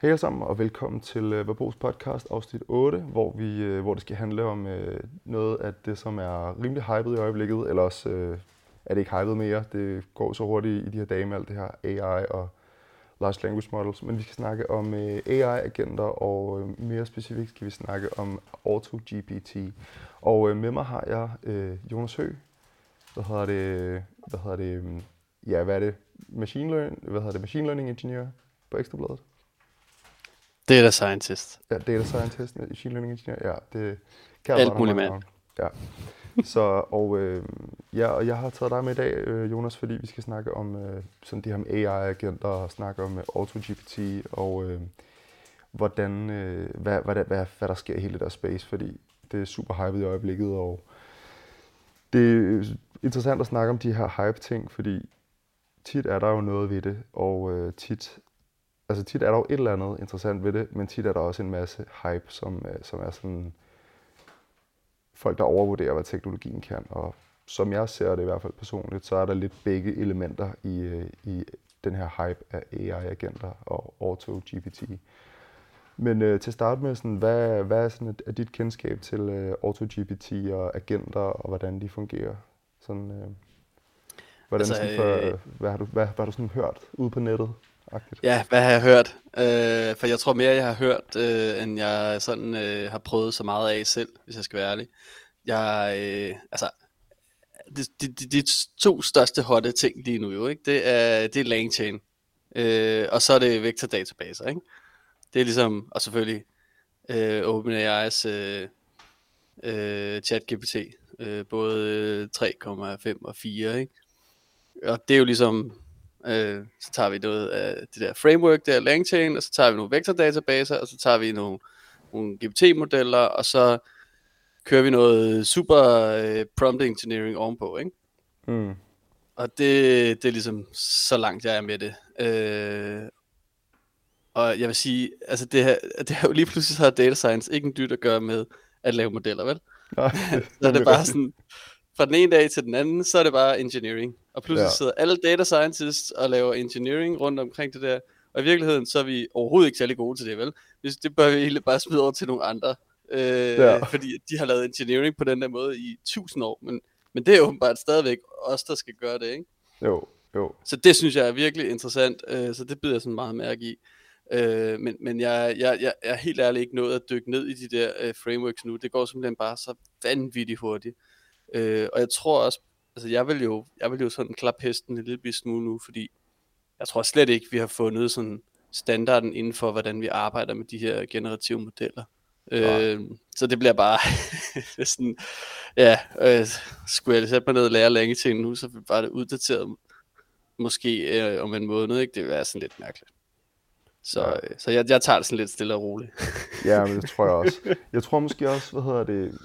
Hej alle sammen, og velkommen til Verbos podcast afsnit 8, hvor det skal handle om noget af det, som er rimelig hypet i øjeblikket, eller også er det ikke hypet mere. Det går så hurtigt i de her dage med alt det her AI og large language models, men vi skal snakke om AI-agenter, og mere specifikt skal vi snakke om AutoGPT. Og med mig har jeg Jonas Høgh, machine learning engineer på Ekstrabladet. Data scientist. Ja, data scientist, machine learning engineer, ja, det kan alt muligt mand. Ja. Så, og jeg har taget dig med i dag, Jonas, fordi vi skal snakke om sådan det her med AI-agenter, og snakke om AutoGPT, og hvordan, hvad der sker i hele det der space, fordi det er super hypet i øjeblikket, og det er interessant at snakke om de her hype-ting, fordi tit er der jo noget ved det, og tit er der jo et eller andet interessant ved det, men tit er der også en masse hype, som er sådan folk, der overvurderer, hvad teknologien kan. Og som jeg ser det i hvert fald personligt, så er der lidt begge elementer i den her hype af AI-agenter og AutoGPT. Men til at starte med, sådan, hvad er sådan er dit kendskab til AutoGPT og agenter, og hvordan de fungerer? Sådan, hvordan hvad har du sådan hørt ude på nettet? Ja, hvad har jeg hørt? For jeg tror mere, jeg har hørt, end jeg sådan har prøvet så meget af selv, hvis jeg skal være ærlig. De to største hotte ting lige nu jo, ikke? Det er LangChain, og så er det vektor-databaser, ikke? Det er ligesom, og selvfølgelig OpenAI's ChatGPT, både 3,5 og 4, ikke? Og det er jo ligesom, så tager vi noget af det der framework, der LangChain, og så tager vi nogle vektordatabaser, og så tager vi nogle GPT-modeller, og så kører vi noget super prompt engineering ovenpå, ikke? Mm. Og det er ligesom så langt jeg er med det. Og jeg vil sige, altså det her jo lige pludselig så har data science ikke en dyt at gøre med at lave modeller, vel? Nej, så er det bare sådan, fra den ene dag til den anden, så er det bare engineering. Og pludselig sidder alle data scientists og laver engineering rundt omkring det der. Og i virkeligheden, så er vi overhovedet ikke særlig gode til det, vel? Det bør vi egentlig bare smide over til nogle andre. Fordi de har lavet engineering på den der måde i 1000 år. Men det er åbenbart stadigvæk os, der skal gøre det, ikke? Jo. Så det synes jeg er virkelig interessant. Så det bider jeg sådan meget mærke i. Men jeg er helt ærligt ikke nået at dykke ned i de der frameworks nu. Det går simpelthen bare så vanvittigt hurtigt. Og jeg tror også, altså jeg vil jo sådan klappe hesten en lille smule nu, fordi jeg tror slet ikke, vi har fundet sådan standarden inden for, hvordan vi arbejder med de her generative modeller. Så det bliver bare sådan, skulle jeg sætte mig ned og lære længe til nu, så var det uddateret måske om en måned, ikke? Det vil være sådan lidt mærkeligt. Så jeg tager det sådan lidt stille og roligt. Ja, men det tror jeg også. Jeg tror måske også,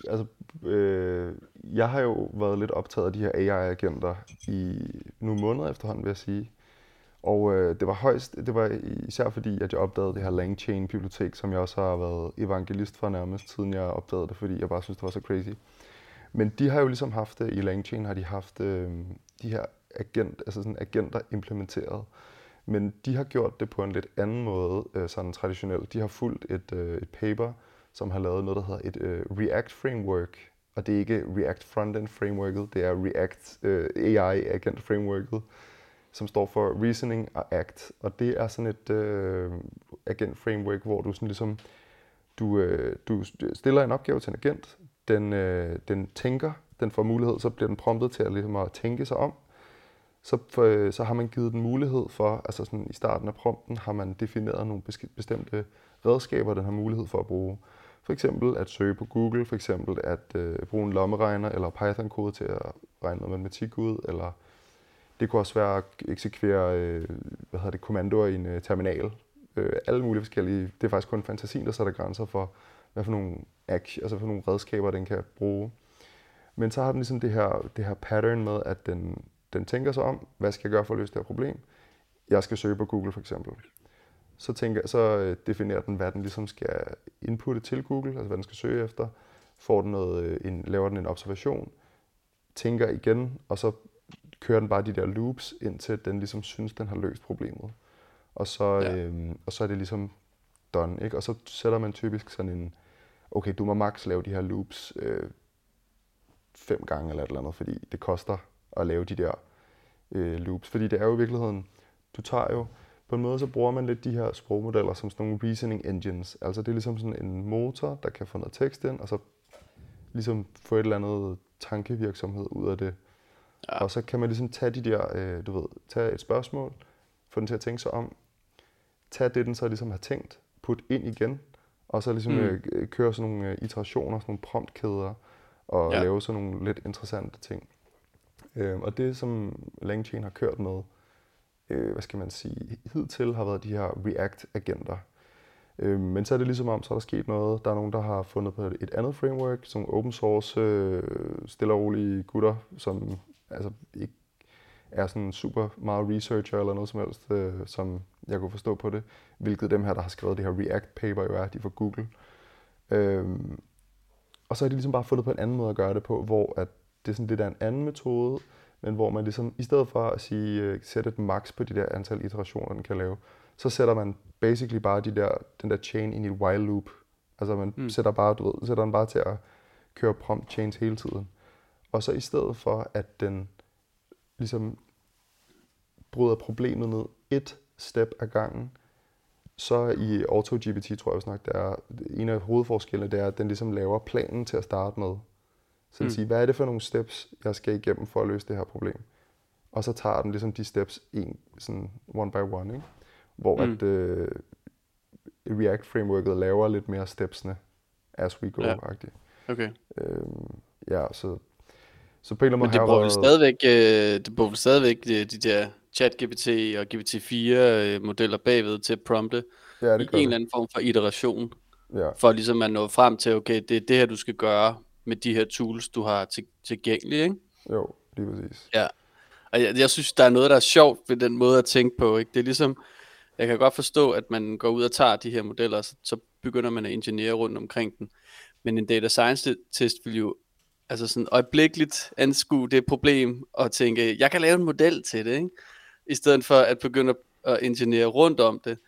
jeg har jo været lidt optaget af de her AI-agenter i nogle måneder efterhånden, vil jeg sige. Og det var især fordi, at jeg opdagede det her LangChain-bibliotek, som jeg også har været evangelist for nærmest, siden jeg opdagede det, fordi jeg bare synes, det var så crazy. Men de har jo ligesom haft det, i LangChain har de haft de her agenter implementeret. Men de har gjort det på en lidt anden måde, sådan traditionelt. De har fulgt et paper, som har lavet noget, der hedder et React Framework. Og det er ikke React Frontend Frameworket, det er React AI Agent Frameworket, som står for Reasoning og Act. Og det er sådan et agent framework, hvor du sådan ligesom, du stiller en opgave til en agent, den tænker, den får mulighed, så bliver den promptet til ligesom at tænke sig om. Så har man givet den mulighed for, altså sådan i starten af prompten har man defineret nogle bestemte redskaber, den har mulighed for at bruge. For eksempel at søge på Google, for eksempel at bruge en lommeregner eller Python-kode til at regne noget matematik ud, eller det kunne også være at eksekvere kommandoer i en terminal. Alle mulige forskellige. Det er faktisk kun fantasien, der sætter grænser for, hvad for nogle for nogle redskaber, den kan bruge. Men så har den ligesom det her pattern med, at den tænker sig om, hvad skal jeg gøre for at løse det her problem? Jeg skal søge på Google for eksempel. Så definerer den, hvad den ligesom skal inputte til Google, altså hvad den skal søge efter. Laver den en observation, tænker igen, og så kører den bare de der loops, indtil den ligesom synes, den har løst problemet. Og så er det ligesom done, ikke? Og så sætter man typisk sådan en, okay, du må max lave de her loops 5 gange eller et eller andet, fordi det koster at lave de der loops. Fordi det er jo i virkeligheden, du tager jo, på en måde så bruger man lidt de her sprogmodeller som sådan nogle reasoning engines. Altså det er ligesom sådan en motor, der kan få noget tekst ind, og så ligesom få et eller andet tankevirksomhed ud af det. Ja. Og så kan man ligesom tage de der, tage et spørgsmål, få den til at tænke sig om, tage det, den så ligesom har tænkt, putte ind igen, og så ligesom køre sådan nogle iterationer, sådan nogle promptkæder, og lave sådan nogle lidt interessante ting. Og det, som LangChain har kørt med, hvad skal man sige, hidtil har været de her React-agenter. Men så er det ligesom om, så er der sket noget. Der er nogen, der har fundet på et andet framework, som open source, stille og rolige gutter, som altså ikke er sådan super meget researcher eller noget som helst, som jeg kunne forstå på det. Hvilket dem her, der har skrevet det her React-paper jo er, de fra Google. Og så har de ligesom bare fundet på en anden måde at gøre det på, hvor at det er sådan lidt af en anden metode, men hvor man ligesom, i stedet for at sige, sætte et max på de der antal iterationer, den kan lave, så sætter man basically bare den der chain ind i et while loop. Altså man sætter den bare til at køre prompt chains hele tiden. Og så i stedet for, at den ligesom bryder problemet ned et step ad gangen, så i AutoGPT, tror jeg også nok, det er en af hovedforskellene, det er, at den ligesom laver planen til at starte med. Så den siger, hvad er det for nogle steps, jeg skal igennem for at løse det her problem? Og så tager den ligesom de steps sådan one by one, ikke? Hvor at React-frameworket laver lidt mere stepsene as we go-agtigt. Okay. Så på en eller anden måde men det bruger stadigvæk de der ChatGPT og GPT-4 modeller bagved til at prompte i en eller anden form for iteration. Ja. For ligesom at nå frem til, okay, det er det her, du skal gøre med de her tools, du har tilgængelige, ikke? Jo, lige præcis. Ja, og jeg synes, der er noget, der er sjovt ved den måde at tænke på, ikke? Det er ligesom, jeg kan godt forstå, at man går ud og tager de her modeller, så begynder man at ingeniere rundt omkring den. Men en data science test vil jo altså sådan øjeblikkeligt anskue det problem og tænke, jeg kan lave en model til det, ikke? I stedet for at begynde at ingeniere rundt om det.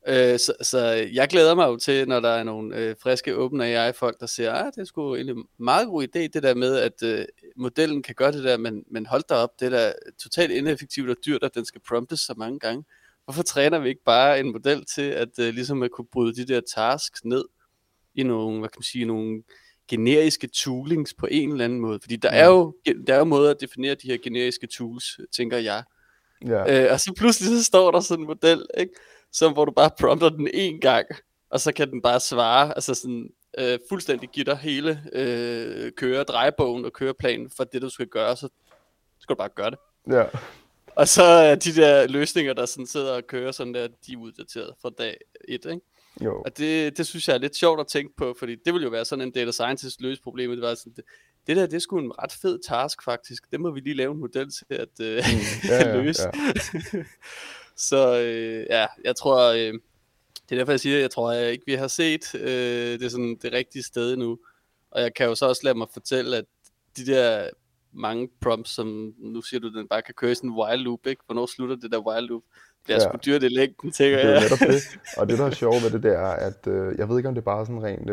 Så jeg glæder mig jo til, når der er nogle friske OpenAI-folk, der siger, det er sgu egentlig en meget god idé, det der med, at modellen kan gøre det der, men hold da op, det er da totalt ineffektivt og dyrt, at den skal promptes så mange gange. Hvorfor træner vi ikke bare en model til, at ligesom at kunne bryde de der tasks ned i nogle, hvad kan man sige, nogle generiske toolings på en eller anden måde? Fordi der er jo måder at definere de her generiske tools, tænker jeg. Og så pludselig så står der sådan en model, ikke? Som hvor du bare prompter den en gang, og så kan den bare svare, altså sådan fuldstændig give dig hele drejebogen og køreplanen for det, du skal gøre, så skal du bare gøre det. Ja. Og så er de der løsninger, der sådan sidder og kører sådan der, de er uddateret fra dag 1, ikke? Jo. Og det synes jeg er lidt sjovt at tænke på, fordi det vil jo være sådan en data scientist løse problemet. Det var sådan, det der, det er sgu en ret fed task faktisk. Det må vi lige lave en model til at løse. Ja. Så jeg tror, det er derfor jeg siger, jeg tror ikke vi har set det sådan det rigtige sted nu. Og jeg kan jo så også lade mig fortælle, at de der mange prompts, som nu siger du, den bare kan køre i sådan en while loop, ikke? Hvornår slutter det der while loop? Det er sgu dyrt i længden, tænker jeg. Det er netop det. Og det, der er sjovt ved det, der er, at jeg ved ikke, om det er bare sådan rent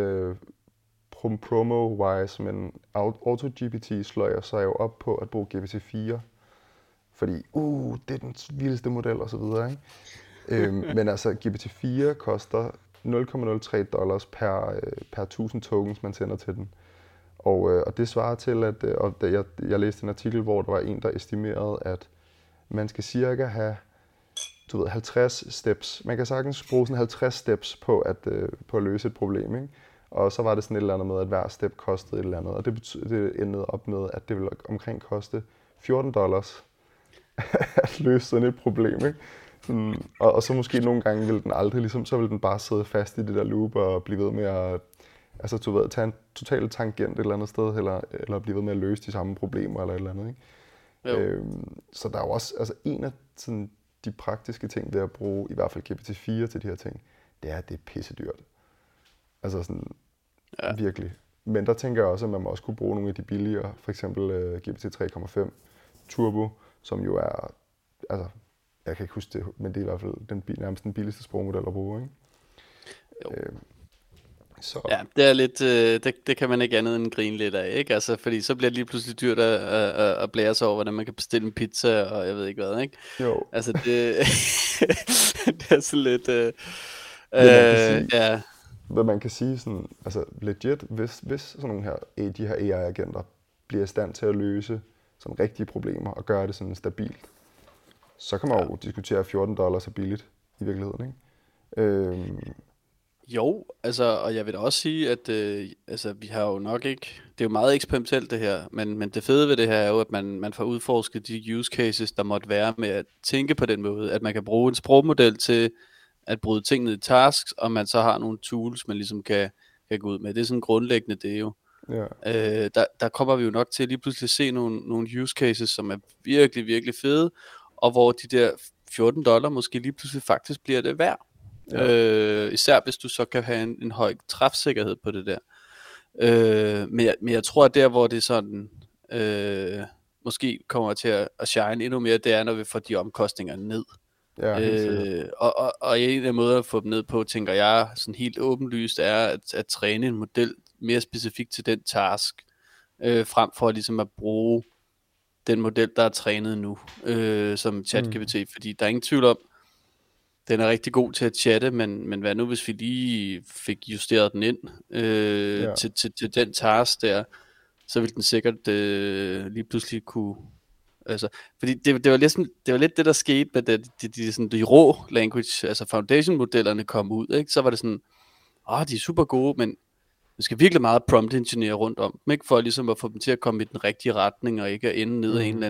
promo-wise, men AutoGPT slår sig jo op på at bruge GPT-4. Fordi, det er den vildeste model, og så videre, ikke? Men altså, GPT-4 koster $0.03 per 1000 tokens, man sender til den. Og det svarer til, at jeg læste en artikel, hvor der var en, der estimerede, at man skal cirka have 50 steps. Man kan sagtens bruge sådan 50 steps på at løse et problem, ikke? Og så var det sådan et eller andet med, at hver step kostede et eller andet. Og det endte op med, at det ville omkring koste $14 at løse sådan et problem, ikke? Og så måske nogle gange ville den aldrig, ligesom, så ville den bare sidde fast i det der loop og blive ved med at tage en total tangent et eller andet sted, eller blive ved med at løse de samme problemer eller et eller andet, ikke? Så der er jo også, altså en af sådan, de praktiske ting ved at bruge i hvert fald GPT-4 til de her ting, det er, at det er pissedyrt. Altså sådan, virkelig. Men der tænker jeg også, at man må også kunne bruge nogle af de billigere, for eksempel GPT 3,5 Turbo, som jo er, altså, jeg kan ikke huske det, men det er i hvert fald nærmest den billigste sprogmodel at bruge, ikke? Jo. Så Ja, det er lidt, det kan man ikke andet end grine lidt af, ikke? Altså, fordi så bliver det lige pludselig dyrt at blære sig over, hvordan man kan bestille en pizza, og jeg ved ikke hvad, ikke? jo, Altså, det, det er sådan lidt, men man kan sige, ja, hvad man kan sige sådan, altså legit, hvis sådan nogle her, de her AI-agenter bliver i stand til at løse sådan rigtige problemer og gøre det sådan stabilt, så kan man jo diskutere $14 så billigt i virkeligheden, ikke? jo, altså, og jeg vil da også sige, at altså, vi har jo nok ikke, det er jo meget eksperimentelt det her, men det fede ved det her er jo, at man får udforsket de use cases, der måtte være med at tænke på den måde, at man kan bruge en sprogmodel til at bryde ting ned i tasks, og man så har nogle tools, man ligesom kan gå ud med. Det er sådan grundlæggende det jo. Ja, Der kommer vi jo nok til at lige pludselig at se nogle use cases, som er virkelig, virkelig fede, og hvor de der $14 måske lige pludselig faktisk bliver det værd. Især hvis du så kan have en høj træfsikkerhed på det der. Men jeg tror, at der hvor det sådan måske kommer til at shine endnu mere, det er, når vi får de omkostninger ned. ja, helt sikkert. Og en af måder at få dem ned på, tænker jeg, sådan helt åbenlyst, er at træne en model mere specifikt til den task, frem for ligesom at bruge den model, der er trænet nu, som ChatGPT, fordi der er ingen tvivl om, den er rigtig god til at chatte, men hvad nu hvis vi lige fik justeret den ind til den task der, så ville den sikkert lige pludselig kunne, altså, fordi det var lidt det der skete med de rå language, altså foundation modellerne kom ud, ikke? Så var det sådan, de er super gode, men man skal virkelig meget prompt engineer rundt om dem, ikke? For ligesom at få dem til at komme i den rigtige retning, og ikke at ende ned af en eller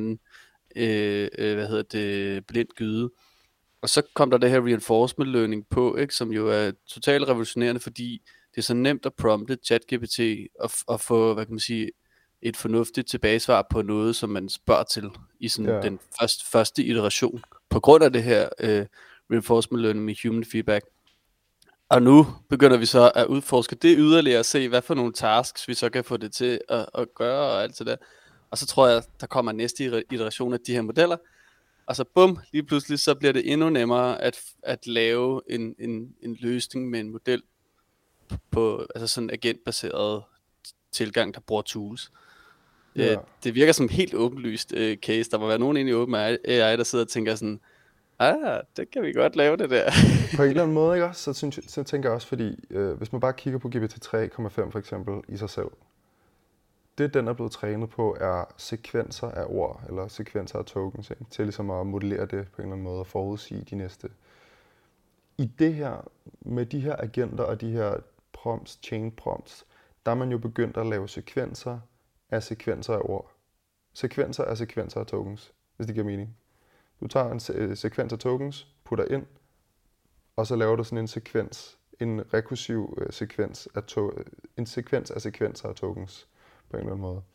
anden blind gyde. Og så kom der det her reinforcement learning på, ikke? Som jo er totalt revolutionerende, fordi det er så nemt at prompte ChatGPT og få, hvad kan man sige, et fornuftigt tilbagesvar på noget, som man spørger til i sådan den første iteration, på grund af det her reinforcement learning med human feedback. Og nu begynder vi så at udforske det yderligere og se, hvad for nogle tasks vi så kan få det til at gøre og alt det der. Og så tror jeg, der kommer næste iteration af de her modeller, og så bum, lige pludselig så bliver det endnu nemmere at lave en løsning med en model på altså sådan en agentbaseret tilgang, der bruger tools. Det virker som en helt åbenlyst case. Der må være nogen inde i OpenAI, der sidder og tænker sådan, det kan vi godt lave det der. På en eller anden måde, ikke også? Så tænker jeg også, fordi hvis man bare kigger på GPT-3,5 for eksempel i sig selv, det den er blevet trænet på er sekvenser af ord, eller sekvenser af tokens, ikke? Til ligesom at modellere det på en eller anden måde og forudsige de næste. I det her, med de her agenter og de her prompts, chain prompts, der er man jo begyndt at lave sekvenser af ord. Sekvenser af tokens, hvis det giver mening. Du tager en sekvens af tokens, putter ind, og så laver du sådan en sekvens, en rekursiv sekvens af en sekvens af sekvenser af tokens på en eller anden måde.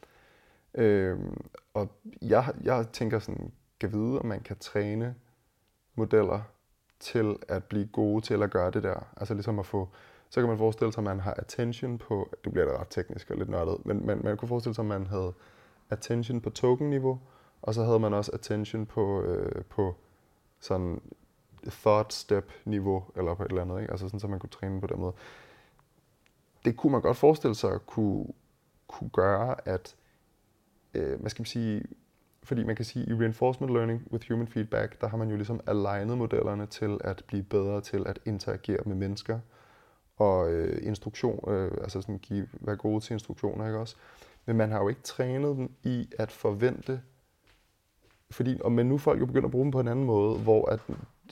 Og jeg tænker sådan, kan vide, om man kan træne modeller til at blive gode til at gøre det der. Altså ligesom at få, så kan man forestille sig, at man har attention på, det bliver da ret teknisk og lidt nørdet, men man kunne forestille sig, at man havde attention på token-niveau, og så havde man også attention på sådan thought step-niveau, eller på et eller andet, ikke? Altså sådan, så man kunne træne på den måde. Det kunne man godt forestille sig at kunne gøre, at, hvad skal man sige, fordi man kan sige, i reinforcement learning with human feedback, der har man jo ligesom alignet modellerne til at blive bedre til at interagere med mennesker, og altså sådan være gode til instruktioner, ikke også? Men man har jo ikke trænet dem i at forvente, men nu er folk jo begyndt at bruge dem på en anden måde, hvor at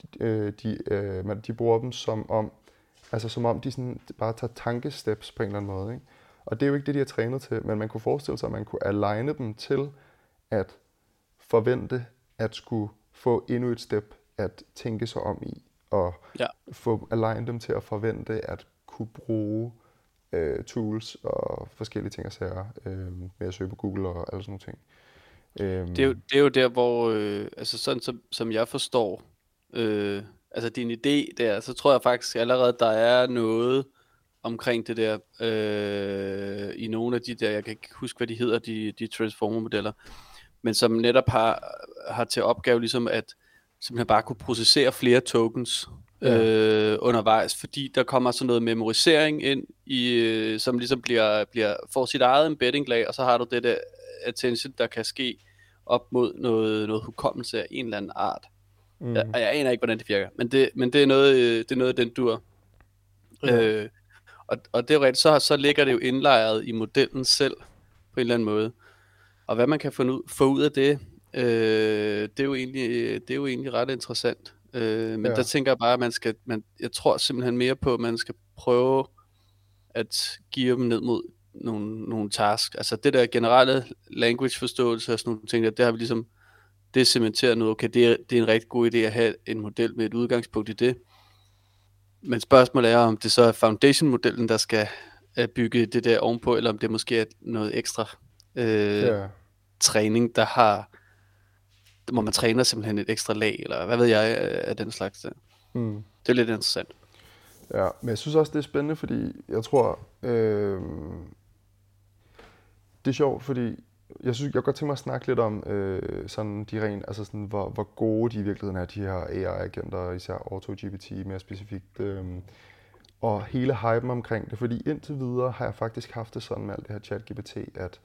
de bruger dem som om de sådan bare tager tankesteps på en eller anden måde, ikke? Og det er jo ikke det, de har trænet til, men man kunne forestille sig, at man kunne aligne dem til at forvente at skulle få endnu et step at tænke sig om i, og få alignet dem til at forvente at kunne bruge tools og forskellige ting og sager med at søge på Google og alle sådan nogle ting. Det er jo der, hvor, altså sådan som jeg forstår, altså din idé der, så tror jeg faktisk allerede, der er noget omkring det der, i nogle af de der, jeg kan ikke huske, hvad de hedder, de transformer-modeller, men som netop har til opgave ligesom at simpelthen bare kunne processere flere tokens, undervejs, fordi der kommer sådan noget memorisering ind, som ligesom får sit eget embedding lag, og så har du det der attention, der kan ske op mod noget hukommelse af en eller anden art. Jeg aner ikke, hvordan det virker, men det er noget af den dur. Og det er jo rigtigt, så ligger det jo indlejret i modellen selv, på en eller anden måde. Og hvad man kan få ud af det, det er jo egentlig ret interessant. Men der tænker jeg bare, at jeg tror simpelthen mere på, at man skal prøve at give dem ned mod nogle task. Altså det der generelle language forståelse og sådan nogle ting, det har vi ligesom cementeret nu. Okay, det er en rigtig god idé at have en model med et udgangspunkt i det. Men spørgsmålet er, om det så er foundation-modellen, der skal bygge det der ovenpå, eller om det måske er noget ekstra træning, hvor man træner simpelthen et ekstra lag, eller hvad ved jeg af den slags der. Det er lidt interessant. Ja, men jeg synes også, det er spændende, fordi jeg tror, det er sjovt, fordi jeg synes, jeg godt tænke mig at snakke lidt om sådan de rent, altså sådan, hvor gode de i virkeligheden er, de her AI-agenter, især AutoGPT mere specifikt, og hele hypen omkring det, fordi indtil videre har jeg faktisk haft det sådan med alt det her ChatGPT, at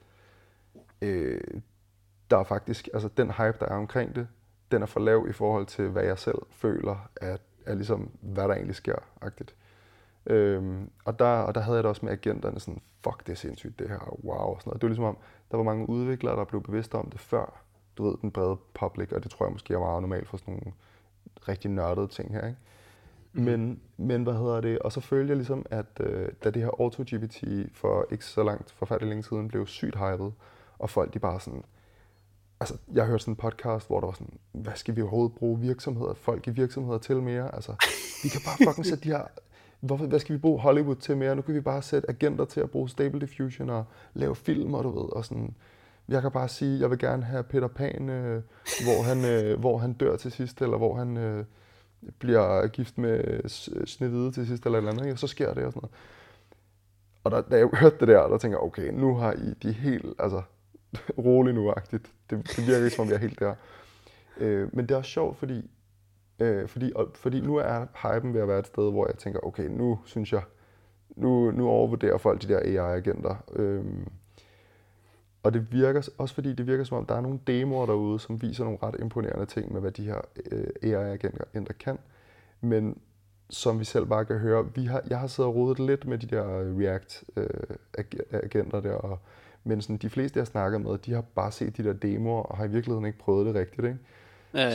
der er faktisk, altså den hype, der er omkring det, den er for lav i forhold til, hvad jeg selv føler, er ligesom, hvad der egentlig sker-agtigt. Og der havde jeg det også med agenterne sådan, fuck, det er sindssygt det her, wow, og sådan noget. Det var ligesom om, der var mange udviklere, der blev bevidste om det før, du ved, den brede public, og det tror jeg måske er meget normalt for sådan nogle rigtig nørdede ting her, ikke? Men hvad hedder det, og så følte jeg ligesom, at da det her AutoGPT for ikke så langt, forfærdeligt længe siden, blev sygt hypet, og folk de bare sådan, altså jeg hørte sådan en podcast, hvor der var sådan, hvad skal vi overhovedet bruge folk i virksomheder til mere, altså vi kan bare fucking sætte de her, hvad skal vi bruge Hollywood til mere, nu kan vi bare sætte agenter til at bruge Stable Diffusion og lave film, og du ved, og sådan, jeg kan bare sige, jeg vil gerne have Peter Pan, hvor han dør til sidst, eller hvor han bliver gift med Snehvide til sidst, eller et eller andet, og så sker det og sådan noget. Og da jeg hørte det der tænker jeg, okay, nu har I de helt, altså, roligt nu-agtigt. Det virker ikke, som om jeg er helt der. Men det er også sjovt, fordi nu er hypen ved at være et sted, hvor jeg tænker, okay, nu synes jeg, nu overvurderer folk de der AI-agenter. Og det virker også, fordi det virker som om, der er nogle demoer derude, som viser nogle ret imponerende ting med, hvad de her AI-agenter kan. Men som vi selv bare kan høre, jeg har siddet og rodet lidt med de der React-agenter der, men sådan, de fleste, jeg snakker med, de har bare set de der demoer, og har i virkeligheden ikke prøvet det rigtigt, ikke? Ja.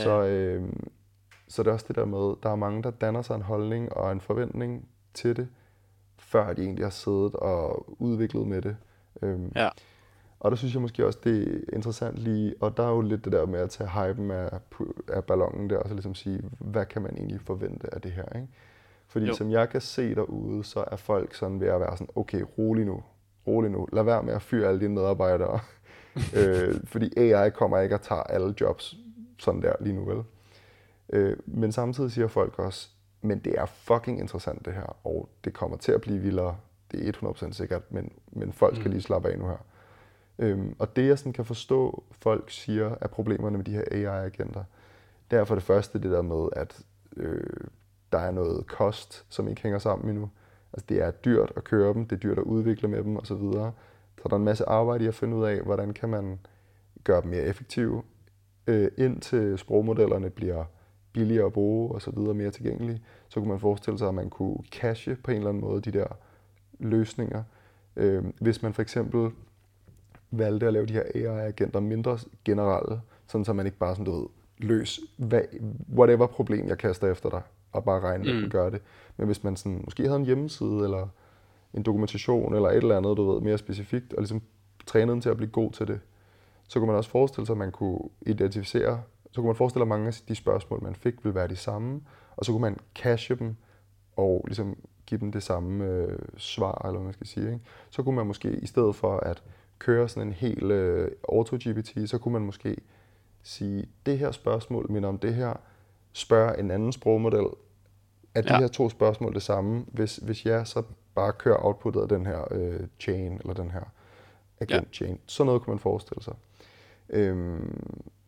Så det er også det der med, der er mange, der danner sig en holdning og en forventning til det, før de egentlig har siddet og udviklet med det. Ja. Og der synes jeg måske også, det er interessant lige, og der er jo lidt det der med at tage hypen af ballonen der, og så ligesom sige, hvad kan man egentlig forvente af det her, ikke? Fordi som jeg kan se derude, så er folk sådan ved at være sådan, okay, rolig nu, lad være med at fyre alle dine medarbejdere, fordi AI kommer ikke at tage alle jobs sådan der lige nu, vel? Men samtidig siger folk også, men det er fucking interessant det her, og det kommer til at blive vildere, det er 100% sikkert, men folk skal lige slappe af nu her. Og det jeg sådan kan forstå, folk siger, er problemerne med de her AI-agenter, det er for det første det der med, at der er noget kost, som ikke hænger sammen endnu. Altså det er dyrt at køre dem, det er dyrt at udvikle med dem osv. Så der er en masse arbejde i at finde ud af, hvordan kan man gøre dem mere effektive, indtil sprogmodellerne bliver billigere at bruge og så videre, mere tilgængelige. Så kunne man forestille sig, at man kunne cache på en eller anden måde de der løsninger. Hvis man for eksempel valgte at lave de her AI-agenter mindre generelle, sådan så man ikke bare sådan, du ved, løs whatever problem jeg kaster efter dig, og bare regne med at gøre det. Men hvis man sådan, måske havde en hjemmeside, eller en dokumentation, eller et eller andet, du ved, mere specifikt, og ligesom trænede den til at blive god til det, så kunne man også forestille sig, at man kunne identificere, så kunne man forestille sig, at mange af de spørgsmål, man fik, ville være de samme, og så kunne man cache dem, og ligesom give dem det samme svar, eller hvad man skal sige, ikke? Så kunne man måske, i stedet for at køre sådan en hel AutoGPT, så kunne man måske sige, det her spørgsmål minder om det her, spørg en anden sprogmodel, er de her to spørgsmål det samme? Hvis ja, så bare kør outputtet af den her chain, eller den her agent chain. Sådan noget kunne man forestille sig.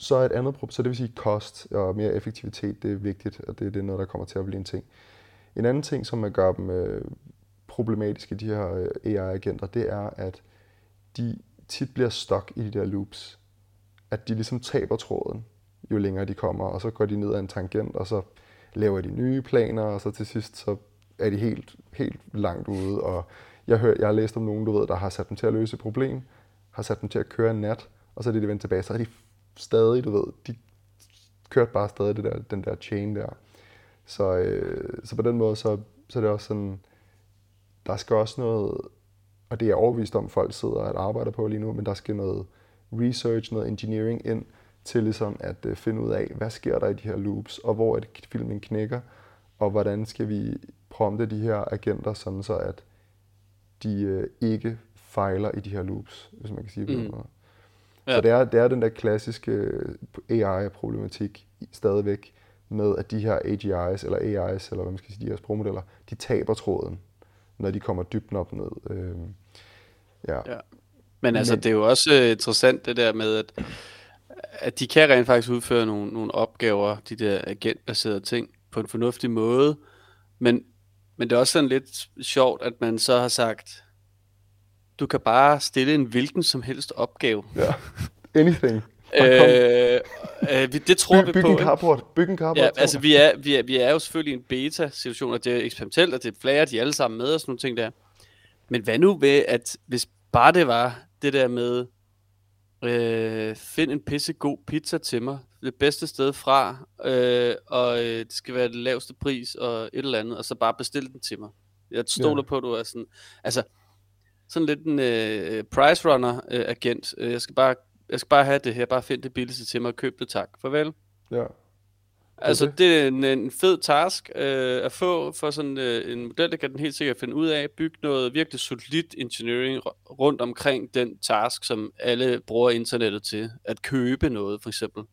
Så er et andet problem, så det vil sige kost og mere effektivitet, det er vigtigt, og det er noget, der kommer til at blive en ting. En anden ting, som gør dem problematiske, de her AI-agenter, det er, at de tit bliver stuck i de der loops. At de ligesom taber tråden, jo længere de kommer, og så går de ned ad en tangent, og så laver de nye planer, og så til sidst, så er de helt langt ude. Og jeg har læst om nogen, du ved, der har sat dem til at løse et problem, har sat dem til at køre en nat, og så er de vendt tilbage, så er de stadig, du ved, de kørte bare stadig den der chain der. Så på den måde, så er det også sådan, der skal også noget, og det er jeg overbevist om, folk sidder og arbejder på lige nu, men der skal noget research, noget engineering ind til ligesom at finde ud af, hvad sker der i de her loops, og hvor er det filmen knækker, og hvordan skal vi prompte de her agenter, sådan så at de ikke fejler i de her loops, hvis man kan sige det på den måde. Ja. Så det er den der klassiske AI-problematik stadigvæk, med at de her AGI's, eller AI's, eller hvad man skal sige, de her sprogmodeller, de taber tråden, når de kommer dybt op ned. Ja. Men altså, det er jo også interessant det der med, at de kan rent faktisk udføre nogle opgaver, de der agentbaserede ting, på en fornuftig måde, men det er også sådan lidt sjovt, at man så har sagt, du kan bare stille en hvilken som helst opgave. Ja, anything. Det tror vi på. Byg en carport. Ja, altså vi er jo selvfølgelig i en beta-situation, og det er eksperimentelt, og det flager de alle sammen med, og sådan nogle ting der. Men hvad nu ved, at hvis bare det var det der med, find en pissegod pizza til mig, det bedste sted fra, og det skal være det laveste pris, og et eller andet, og så bare bestil den til mig. Jeg stoler på, at du er sådan, altså, sådan lidt en price runner agent. Jeg skal bare have det her, bare find det billigste til mig, og køb det, tak. Farvel. Ja. Altså, det er en fed task at få for sådan en model, der kan den helt sikkert finde ud af, bygge noget virkelig solidt engineering rundt omkring den task, som alle bruger internettet til, at købe noget, for eksempel.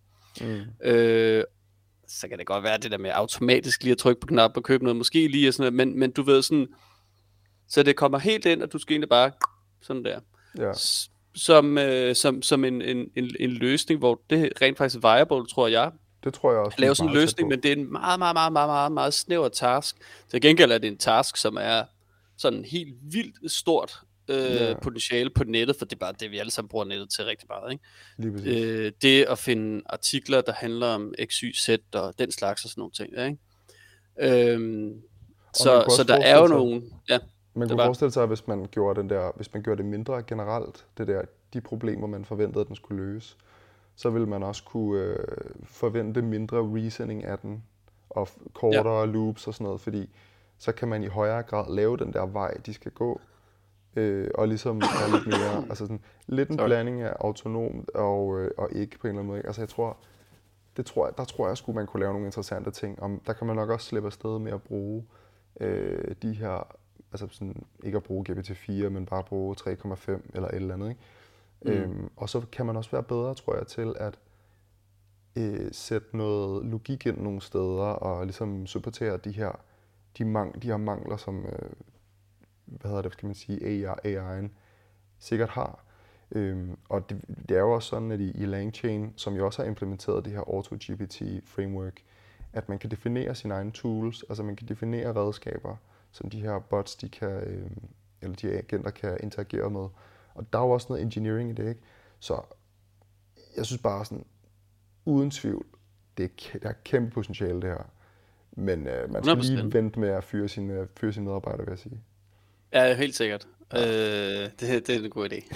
Så kan det godt være det der med automatisk lige at trykke på knap og købe noget, måske lige sådan noget, men du ved sådan, så det kommer helt ind, og du skal egentlig bare sådan der. Ja. Som en løsning, hvor det rent faktisk er viable, tror jeg. Det tror jeg også. Lave sådan en løsning, men det er en meget snæver task. Til gengæld er det en task, som er sådan helt vildt stort potentiale på nettet, for det er bare det, vi alle sammen bruger nettet til rigtig meget, ikke? Lige præcis. Det at finde artikler, der handler om X, Y, Z og den slags og sådan nogle ting, ikke? Så der er jo nogen... Ja, man kunne forestille sig, at hvis man gjorde det mindre generelt, de problemer, man forventede, at den skulle løse, så vil man også kunne forvente mindre reasoning af den, og kortere loops og sådan noget, fordi så kan man i højere grad lave den der vej, de skal gå, og ligesom er lidt mere, altså sådan, lidt en blanding af autonomt og ikke på en eller anden måde. Altså der tror jeg sgu, man kunne lave nogle interessante ting. Der kan man nok også slippe afsted med at bruge de her, altså sådan, ikke at bruge GPT-4, men bare bruge 3,5 eller et eller andet, ikke? Og så kan man også være bedre, tror jeg, til at sætte noget logik ind nogle steder, og ligesom supportere de her mangler, som skal man sige, AI'en sikkert har. Og det er jo også sådan, at i LangChain, som jo også har implementeret det her AutoGPT-framework, at man kan definere sine egne tools, altså man kan definere redskaber, som de her bots, eller de agenter kan interagere med. Og der er jo også noget engineering i det, ikke? Så jeg synes bare sådan, uden tvivl, der er kæmpe potentiale det her. Men man skal 100%. Lige vente med at fyre sine medarbejdere, vil jeg sige. Ja, helt sikkert. Ja. Det er en god idé.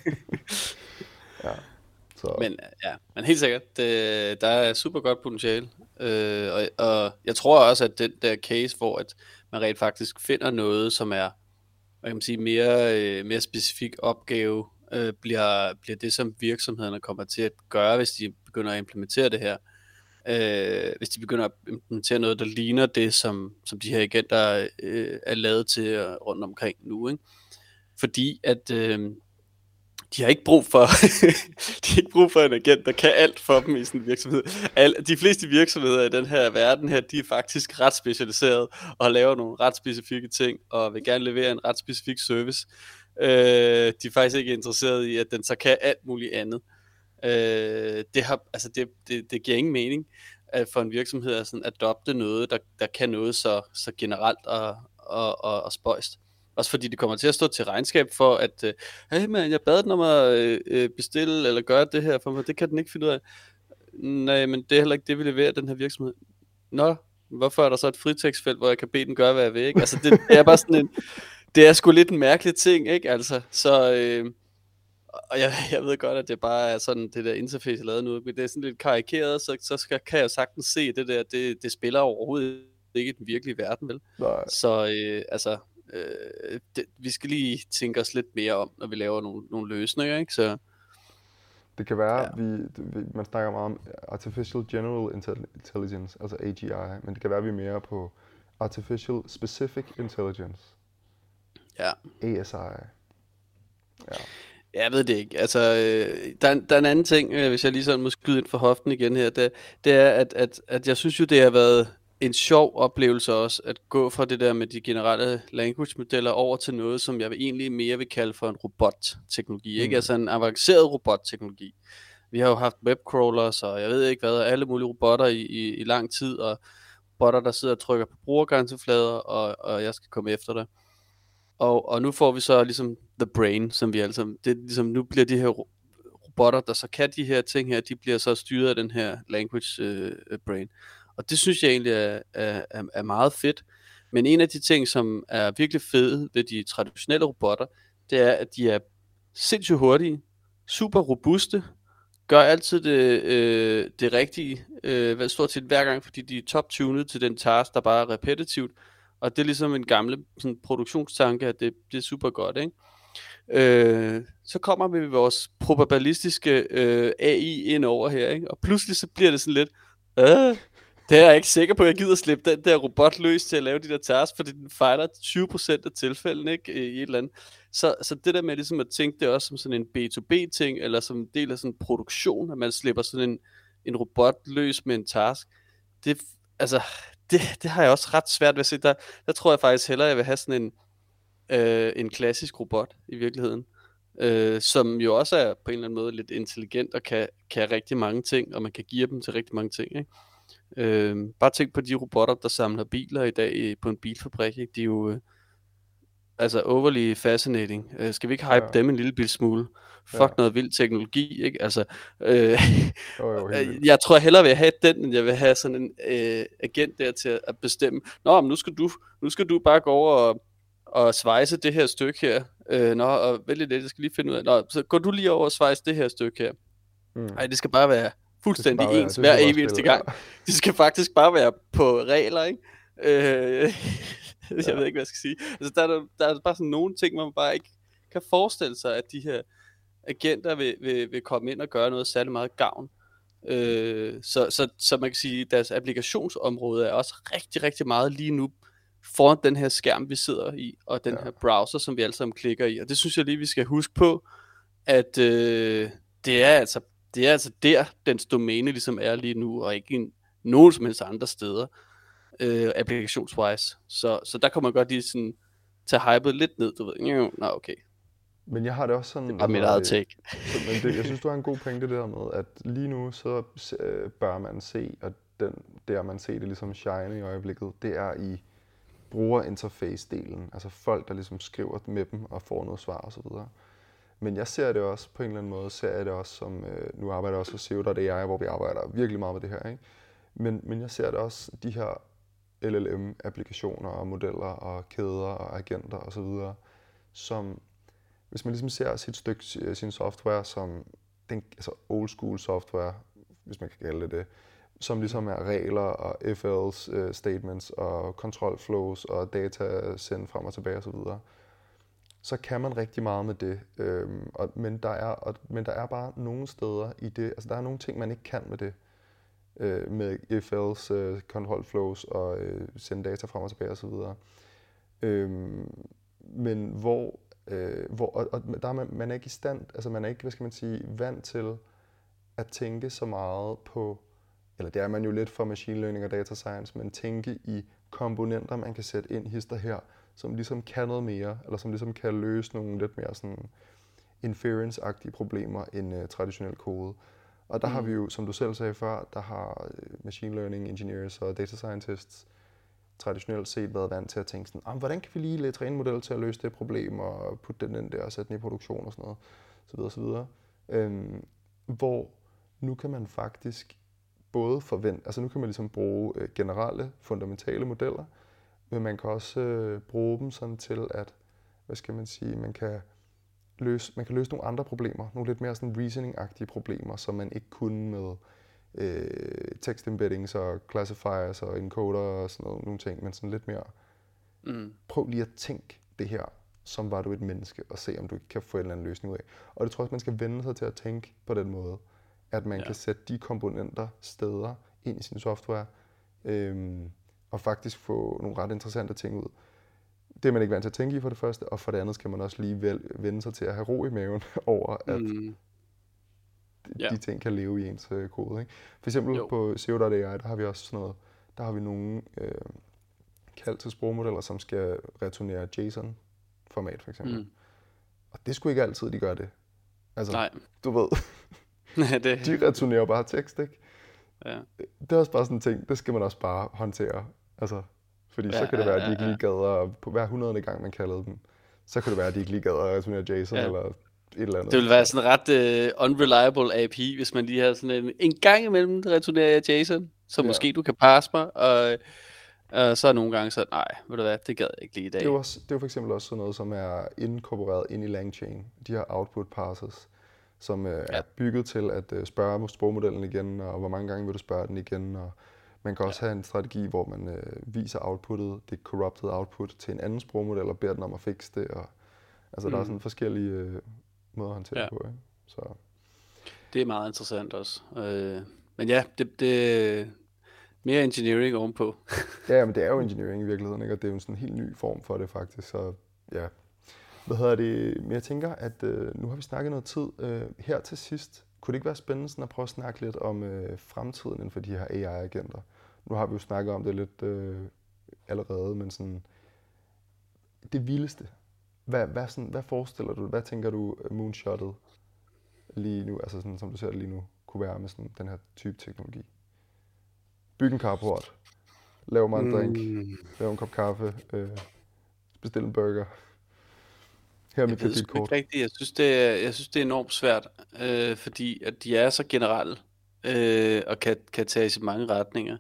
Ja. Så. Men helt sikkert, der er super godt potentiale. Og jeg tror også, at den der case, hvor at man rent faktisk finder noget, som er, hvad kan man sige, mere specifik opgave, bliver det, som virksomhederne kommer til at gøre, hvis de begynder at implementere det her. Hvis de begynder at implementere noget, der ligner det, som de her agenter er lavet til rundt omkring nu, ikke? Fordi at de har ikke brug for en agent, der kan alt for dem i sådan en virksomhed. De fleste virksomheder i den her verden her, de er faktisk ret specialiseret og laver nogle ret specifikke ting og vil gerne levere en ret specifik service. De er faktisk ikke interesseret i, at den så kan alt muligt andet. Det giver ingen mening at for en virksomhed at sådan adopte noget, der kan noget så generelt og spøjst. Også fordi det kommer til at stå til regnskab for, at hey man, jeg bad den om at bestille eller gøre det her for mig, det kan den ikke finde ud af. Nej, men det er heller ikke det, vi leverer den her virksomhed. Nå, hvorfor er der så et fritekstfelt, hvor jeg kan bede den gøre, hvad jeg vil, ikke? Altså, det er bare sådan en, det er sgu lidt en mærkelig ting, ikke? Altså, så, og jeg ved godt, at det bare er sådan, det der interface, jeg lavede nu, men det er sådan lidt karikeret, kan jeg sagtens se det der, det spiller overhovedet ikke i den virkelige verden, vel? Nej. Så, vi skal lige tænke os lidt mere om, når vi laver nogle løsninger, ikke? Så det kan være, man snakker meget om Artificial General Intelligence, altså AGI, men det kan være, vi er mere på Artificial Specific Intelligence. Ja. ASI. Ja. Jeg ved det ikke. Altså, der er en anden ting, hvis jeg lige sådan må skyde ind for hoften igen her, det er, at jeg synes jo, det har været en sjov oplevelse også, at gå fra det der med de generelle language-modeller over til noget, som jeg egentlig mere vil kalde for en robotteknologi, ikke? Altså en avanceret robotteknologi. Vi har jo haft webcrawlers, og jeg ved ikke hvad, alle mulige robotter i lang tid, og robotter, der sidder og trykker på brugergrænseflader, og jeg skal komme efter dig. Og nu får vi så ligesom the brain, som vi altså, det er ligesom, nu bliver de her robotter, der så kan de her ting her, de bliver så styret af den her language brain. Og det synes jeg egentlig er meget fedt. Men en af de ting, som er virkelig fede ved de traditionelle robotter, det er, at de er sindssygt hurtige, super robuste, gør altid det rigtige, stort set hver gang, fordi de er top-tunet til den task, der bare er repetitivt. Og det er ligesom en gamle sådan, produktionstanke, at det er super godt, ikke? Så kommer vi med vores probabilistiske AI ind over her, ikke? Og pludselig så bliver det sådan lidt, det er jeg ikke sikker på, at jeg gider slippe den der robot løs til at lave de der tasks, fordi den fejler 20% af tilfældene, ikke? I et eller andet. Så det der med ligesom at tænke det også som sådan en B2B-ting, eller som en del af sådan en produktion, at man slipper sådan en robot løs med en task, det har jeg også ret svært ved at se. Der tror jeg faktisk hellere, at jeg vil have sådan en klassisk robot i virkeligheden. Som jo også er på en eller anden måde lidt intelligent og kan rigtig mange ting, og man kan give dem til rigtig mange ting, ikke? Bare tænk på de robotter, der samler biler i dag på en bilfabrik, ikke? De er jo overly fascinating. Skal vi ikke hype dem en lille smule? Fuck noget vild teknologi, ikke? Altså, jeg tror hellere vil have den, end jeg vil have sådan en agent der til at bestemme. Nå, men nu skal du bare gå over og svejse det her stykke her. Og vælge det, jeg skal lige finde ud af. Nå, så går du lige over og svejse det her stykke her. Nej, det skal bare være fuldstændig ens hver evig eneste gang. Det skal faktisk bare være på regler, ikke? Jeg ved ikke, hvad jeg skal sige. Altså, der er bare sådan nogle ting, hvor man bare ikke kan forestille sig, at de her agenter vil komme ind og gøre noget særlig meget gavn. Så man kan sige, at deres applikationsområde er også rigtig, rigtig meget lige nu foran den her skærm, vi sidder i, og den her browser, som vi alle sammen klikker i. Og det synes jeg lige, vi skal huske på, at det er altså der, dens domæne ligesom er lige nu, og ikke nogen som helst andre steder, applikationswise. Så der kan man godt lige sådan tage hypet lidt ned, du ved. Nå, okay. Men jeg har det også sådan... Det er bare mit eget take. Jeg synes, du har en god pointe det der med, at lige nu så bør man se, at man ser det ligesom shine i øjeblikket, det er i brugerinterface-delen. Altså folk, der ligesom skriver med dem og får noget svar og så videre. Men jeg ser det også på en eller anden måde, som, nu arbejder jeg også for SEO.ai, hvor vi arbejder virkelig meget med det her, ikke? Men jeg ser det også, de her LLM-applikationer og modeller og kæder og agenter og så videre, som, hvis man ligesom ser sin software som altså old school software, hvis man kan kalde det, som ligesom er regler og FLs statements og control flows og data sendt frem og tilbage og så videre, så kan man rigtig meget med det. Men der er bare nogle steder i det, altså der er nogle ting, man ikke kan med det. Med FL's control flows og sende data frem og tilbage og så videre. Men hvor der er man er ikke i stand, altså man er ikke, hvad skal man sige, vant til at tænke så meget på, eller det er man jo lidt for machine learning og data science, men tænke i komponenter, man kan sætte ind hister her, som ligesom kan noget mere, eller som ligesom kan løse nogle lidt mere sådan inference-agtige problemer end traditionel kode. Og der har vi jo, som du selv sagde før, der har machine learning engineers og data scientists traditionelt set været vant til at tænke sådan, hvordan kan vi lige træne en model til at løse det problem, og putte den ind der og sætte den i produktion og sådan noget, så videre, så videre. Hvor nu kan man faktisk både forvente, altså nu kan man ligesom bruge generelle, fundamentale modeller, men man kan også bruge dem sådan til at, hvad skal man sige, man kan løse nogle andre problemer, nogle lidt mere sådan reasoning-agtige problemer, som man ikke kunne med text embeddings og classifiers og encoder og sådan nogle ting, men sådan lidt mere, prøv lige at tænke det her, som var du et menneske, og se om du kan få en eller anden løsning ud af. Og det tror jeg også, man skal vende sig til at tænke på den måde, at man kan sætte de komponenter steder ind i sin software, og faktisk få nogle ret interessante ting ud. Det er man ikke vant til at tænke i for det første, og for det andet skal man også lige vende sig til at have ro i maven over, at de ting kan leve i ens kode. Ikke? For eksempel på SEO.ai, der har vi også sådan noget, der har vi nogle kald til sprogmodeller, som skal returnere JSON-format for eksempel. Og det skulle ikke altid, de gør det. Altså, nej. Du ved, de returnerer bare tekst, ikke? Ja. Det er også bare sådan en ting, det skal man også bare håndtere. Altså, fordi så kan det være, at de ikke lige gad, på hver 100. gang man kaldede dem, så kan det være, at de ikke lige gad at returnere JSON eller et eller andet. Det vil være sådan ret unreliable API, hvis man lige har sådan en gang imellem returnerer jeg JSON, så måske du kan parse mig, og så nogle gange så, nej, ved du hvad, det gad jeg ikke lige i dag. Det er jo for eksempel også sådan noget, som er inkorporeret ind i LangChain, de her output parsers, som er bygget til at spørge sprogmodellen igen, og hvor mange gange vil du spørge den igen, og man kan også have en strategi, hvor man viser outputtet, det corrupted output, til en anden sprogmodel, og beder den om at fikse det, og altså der er sådan forskellige måder at håndtere det på, ikke? Så. Det er meget interessant også. Men ja, det mere engineering ovenpå. Ja, men det er jo engineering i virkeligheden, ikke? Og det er jo sådan en helt ny form for det faktisk, så ja. Men jeg tænker, at nu har vi snakket noget tid. Her til sidst, kunne det ikke være spændende sådan at prøve at snakke lidt om fremtiden inden for de her AI-agenter? Nu har vi jo snakket om det lidt allerede, men sådan det vildeste. Hvad forestiller du, hvad tænker du moonshottet lige nu, altså sådan, som du ser det lige nu, kunne være med sådan den her type teknologi? Byg en carport, lav mig en drink, lav en kop kaffe, bestil en burger. Her er mit kreditkort. Jeg synes, det er enormt svært, fordi at de er så generelle og kan tages i mange retninger.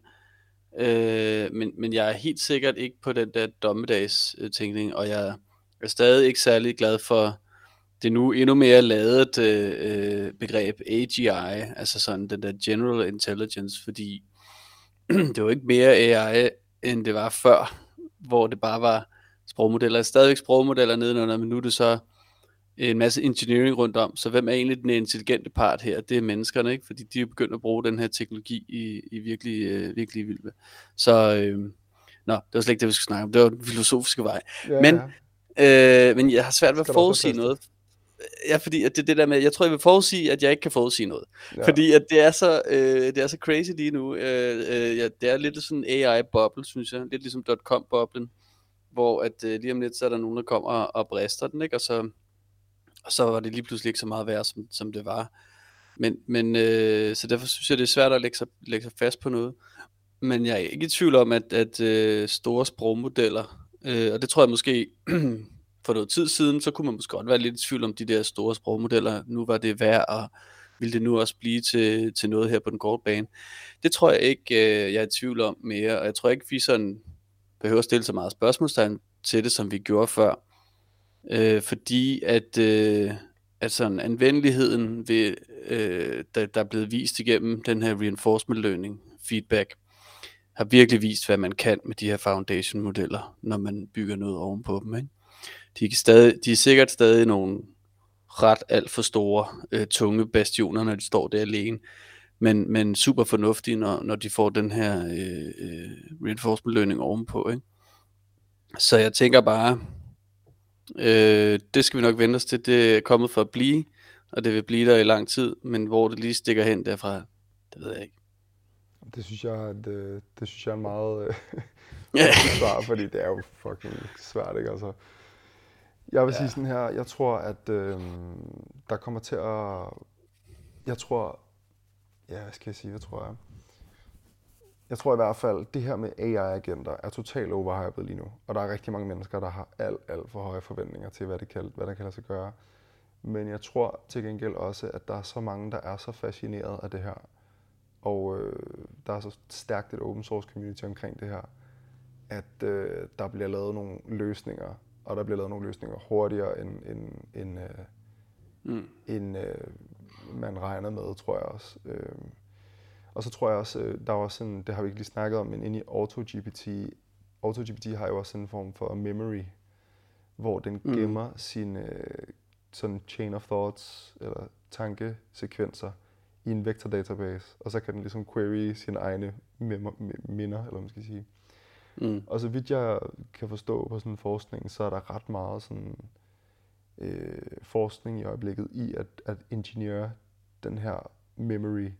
Men jeg er helt sikkert ikke på den der dommedags tænkning, og jeg er stadig ikke særlig glad for det nu endnu mere ladet begreb AGI, altså sådan den der General Intelligence, fordi det var ikke mere AI, end det var før, hvor det bare var sprogmodeller. Stadigvæk sprogmodeller nedenunder, men nu er det så en masse engineering rundt om. Så hvem er egentlig den intelligente part her? Det er menneskerne, ikke? Fordi de er begyndt at bruge den her teknologi i virkelig vildt. Så det var slet ikke det, vi skulle snakke om. Det var den filosofiske vej. Ja, men jeg har svært ved at forudsige noget. Ja, fordi at det der med, jeg tror, jeg vil forudsige, at jeg ikke kan forudsige noget. Ja. Fordi at det er så crazy lige nu. Det er lidt sådan en AI-boble, synes jeg. Lidt ligesom .com-boblen, hvor at lige om lidt, så er der nogen, der kommer og brister den, ikke? Og så var det lige pludselig ikke så meget værd, som det var. Men så derfor synes jeg, det er svært at lægge sig fast på noget. Men jeg er ikke i tvivl om, at store sprogmodeller, og det tror jeg måske for noget tid siden, så kunne man måske godt være lidt i tvivl om de der store sprogmodeller. Nu var det værd, og ville det nu også blive til noget her på den korte bane. Det tror jeg ikke, jeg er i tvivl om mere, og jeg tror ikke, vi sådan behøver at stille så meget spørgsmålstegn til det, som vi gjorde før. Fordi at sådan anvendeligheden ved, der er blevet vist igennem den her reinforcement learning feedback, har virkelig vist, hvad man kan med de her foundation modeller, når man bygger noget ovenpå dem, ikke? De er sikkert stadig nogle ret alt for store, tunge bastioner, når de står der alene, men super fornuftige, når de får den her reinforcement learning ovenpå, ikke? Så jeg tænker bare, det skal vi nok vente os til. Det er kommet for at blive, og det vil blive der i lang tid, men hvor det lige stikker hen derfra, det ved jeg ikke. Det synes jeg er en meget svar, fordi det er jo fucking svært, ikke? Altså, Jeg vil Ja. sige sådan her, jeg tror, at der kommer til at... Jeg tror... Ja, hvad skal jeg sige, hvad tror jeg? Jeg tror i hvert fald, det her med AI-agenter er totalt overhypet lige nu. Og der er rigtig mange mennesker, der har alt for høje forventninger til, hvad der kan lade sig gøre. Men jeg tror til gengæld også, at der er så mange, der er så fascineret af det her. Og der er så stærkt et open source community omkring det her, at der bliver lavet nogle løsninger, og der bliver lavet nogle løsninger hurtigere, end man regner med, tror jeg også. Og så tror jeg også, der er også sådan, det har vi ikke lige snakket om, men inde i AutoGPT har jo også en form for memory, hvor den gemmer sine sådan chain of thoughts, eller tankesekvenser, i en vector database, og så kan den ligesom query sine egne minder, eller hvad man skal sige. Og så vidt jeg kan forstå på sådan forskning, så er der ret meget sådan forskning i øjeblikket i at ingeniøre den her memory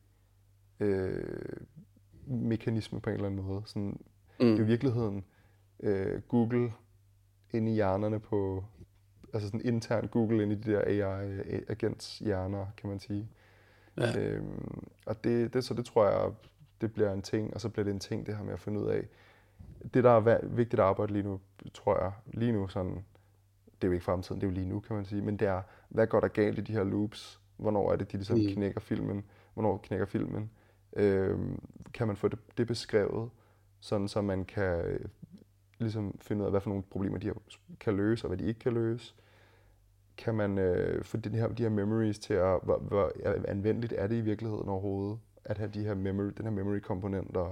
mekanisme på en eller anden måde. Sådan, det er i virkeligheden Google inde i hjernerne på, altså sådan intern Google inde i de der AI-agents hjerner, kan man sige. Ja. Og det tror jeg, det bliver en ting, og så bliver det en ting, det her med at finde ud af. Det, der er vigtigt at arbejde lige nu, tror jeg, lige nu sådan, det er jo ikke fremtiden, det er jo lige nu, kan man sige, men det er, hvad går der galt i de her loops? Hvornår er det, de ligesom knækker filmen? Hvornår knækker filmen? Kan man få det beskrevet, sådan så man kan ligesom finde ud af, hvad for nogle problemer de her kan løse, og hvad de ikke kan løse? Kan man få de her memories til at, hvor anvendeligt er det i virkeligheden overhovedet, at have den her memory-komponent, og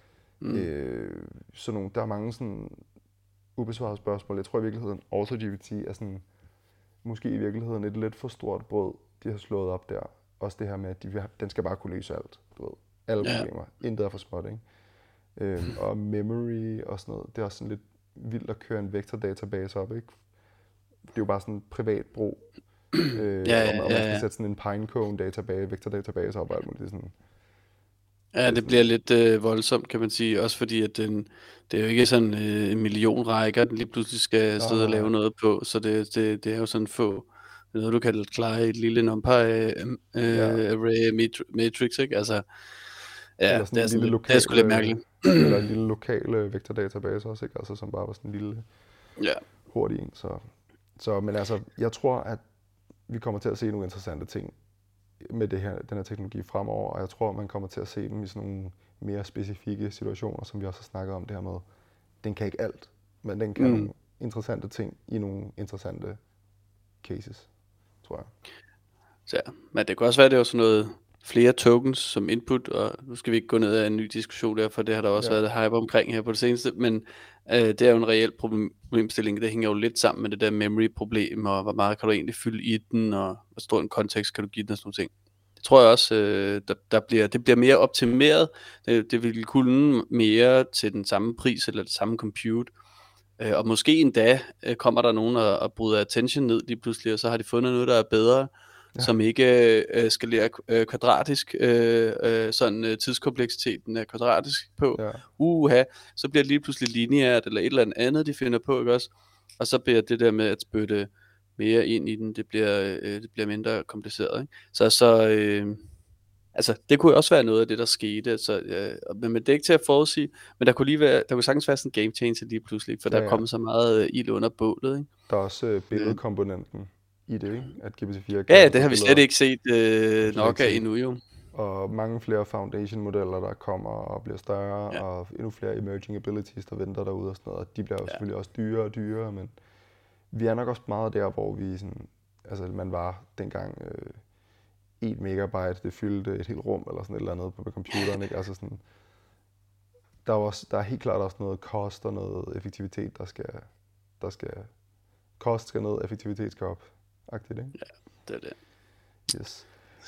sådan nogle, der er mange sådan ubesvarede spørgsmål. Jeg tror i virkeligheden, AutoGPT er sådan, måske i virkeligheden et lidt for stort brød, de har slået op der. Også det her med, at den skal bare kunne løse alt, du ved. Alle problemer. Intet er for småt, ikke? Og memory og sådan noget, det er også sådan lidt vildt at køre en vector database op, ikke? Det er jo bare sådan en privat brug. Og man skal sætte sådan en Pinecone database, vector database op og alt muligt. Sådan. Ja, det bliver lidt voldsomt, kan man sige. Også fordi, at det er jo ikke sådan en million rækker, den lige pludselig skal sidde og lave noget på. Så det er jo sådan noget, du kan klare i et lille NumPy array matrix, ikke? Altså, ja, eller sådan det er, det er sgu lidt mærkeligt. Eller en lille lokal vector database også, ikke? Altså som bare var sådan en lille hurtig en. Så, men altså, jeg tror, at vi kommer til at se nogle interessante ting med den her teknologi fremover, og jeg tror, man kommer til at se dem i sådan nogle mere specifikke situationer, som vi også har snakket om det her med. Den kan ikke alt, men den kan nogle interessante ting i nogle interessante cases, tror jeg. Ja, men det kan også være, det er sådan noget flere tokens som input, og nu skal vi ikke gå ned ad en ny diskussion der, for det har der også været hype omkring her på det seneste, men det er jo en reel problemstilling. Det hænger jo lidt sammen med det der memory-problem, og hvor meget kan du egentlig fylde i den, og hvor stor en kontekst kan du give den, og sådan nogle ting. Det tror jeg også, det bliver mere optimeret. Det vil kunne mere til den samme pris, eller det samme compute. Og måske endda kommer der nogen og bryder attention ned lige pludselig, og så har de fundet noget, der er bedre, som ikke skalerer kvadratisk, sådan tidskompleksiteten er kvadratisk på. Så bliver det lige pludselig lineært, eller et eller andet, de finder på, ikke også? Og så bliver det der med at spytte mere ind i den, det bliver mindre kompliceret, ikke? Altså, det kunne også være noget af det, der skete, men det er ikke til at forudsige, men der kunne sagtens være sådan en game changer lige pludselig, for der er kommet så meget ild under bålet, ikke? Der er også billedkomponenten i det, ikke? At GPT-4 ja, det har vi slet ikke set nok af endnu, jo. Og mange flere foundation-modeller, der kommer og bliver større, og endnu flere emerging abilities, der venter derude og sådan noget, og de bliver jo selvfølgelig også dyrere og dyrere, men vi er nok også meget der, hvor vi sådan, altså man var dengang 1 megabyte, det fyldte et helt rum, eller sådan et eller andet på computeren, ikke? Altså sådan, der er helt klart også noget cost og noget effektivitet, der skal cost skal ned, effektivitet skal op, agtigt, ikke? Ja, det er det. Yes.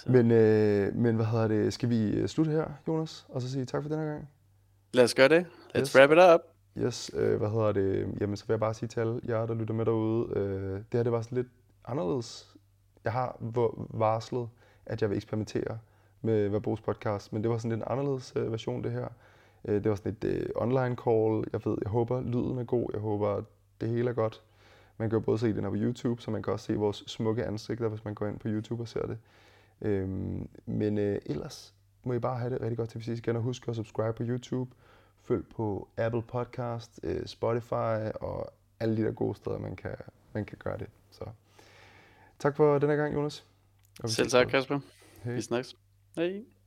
Men hvad hedder det, skal vi slutte her, Jonas, og så sige tak for denne gang? Lad os gøre det. Let's wrap it up. Yes, hvad hedder det, jamen så vil jeg bare sige til alle jer, der lytter med derude, det her det var sådan lidt anderledes. Jeg har varslet, at jeg vil eksperimentere med Verbos podcast, men det var sådan en anderledes version det her. Det var sådan et online call. Jeg håber lyden er god, jeg håber det hele er godt. Man kan jo både se den her på YouTube, så man kan også se vores smukke ansigter, hvis man går ind på YouTube og ser det. Men ellers må I bare have det rigtig godt til vi ses igen, og husk at subscribe på YouTube. Følg på Apple Podcast, Spotify og alle de der gode steder, man kan gøre det. Så tak for denne gang, Jonas. Selv tak, Kasper. Hej. Vi snakkes. Hej.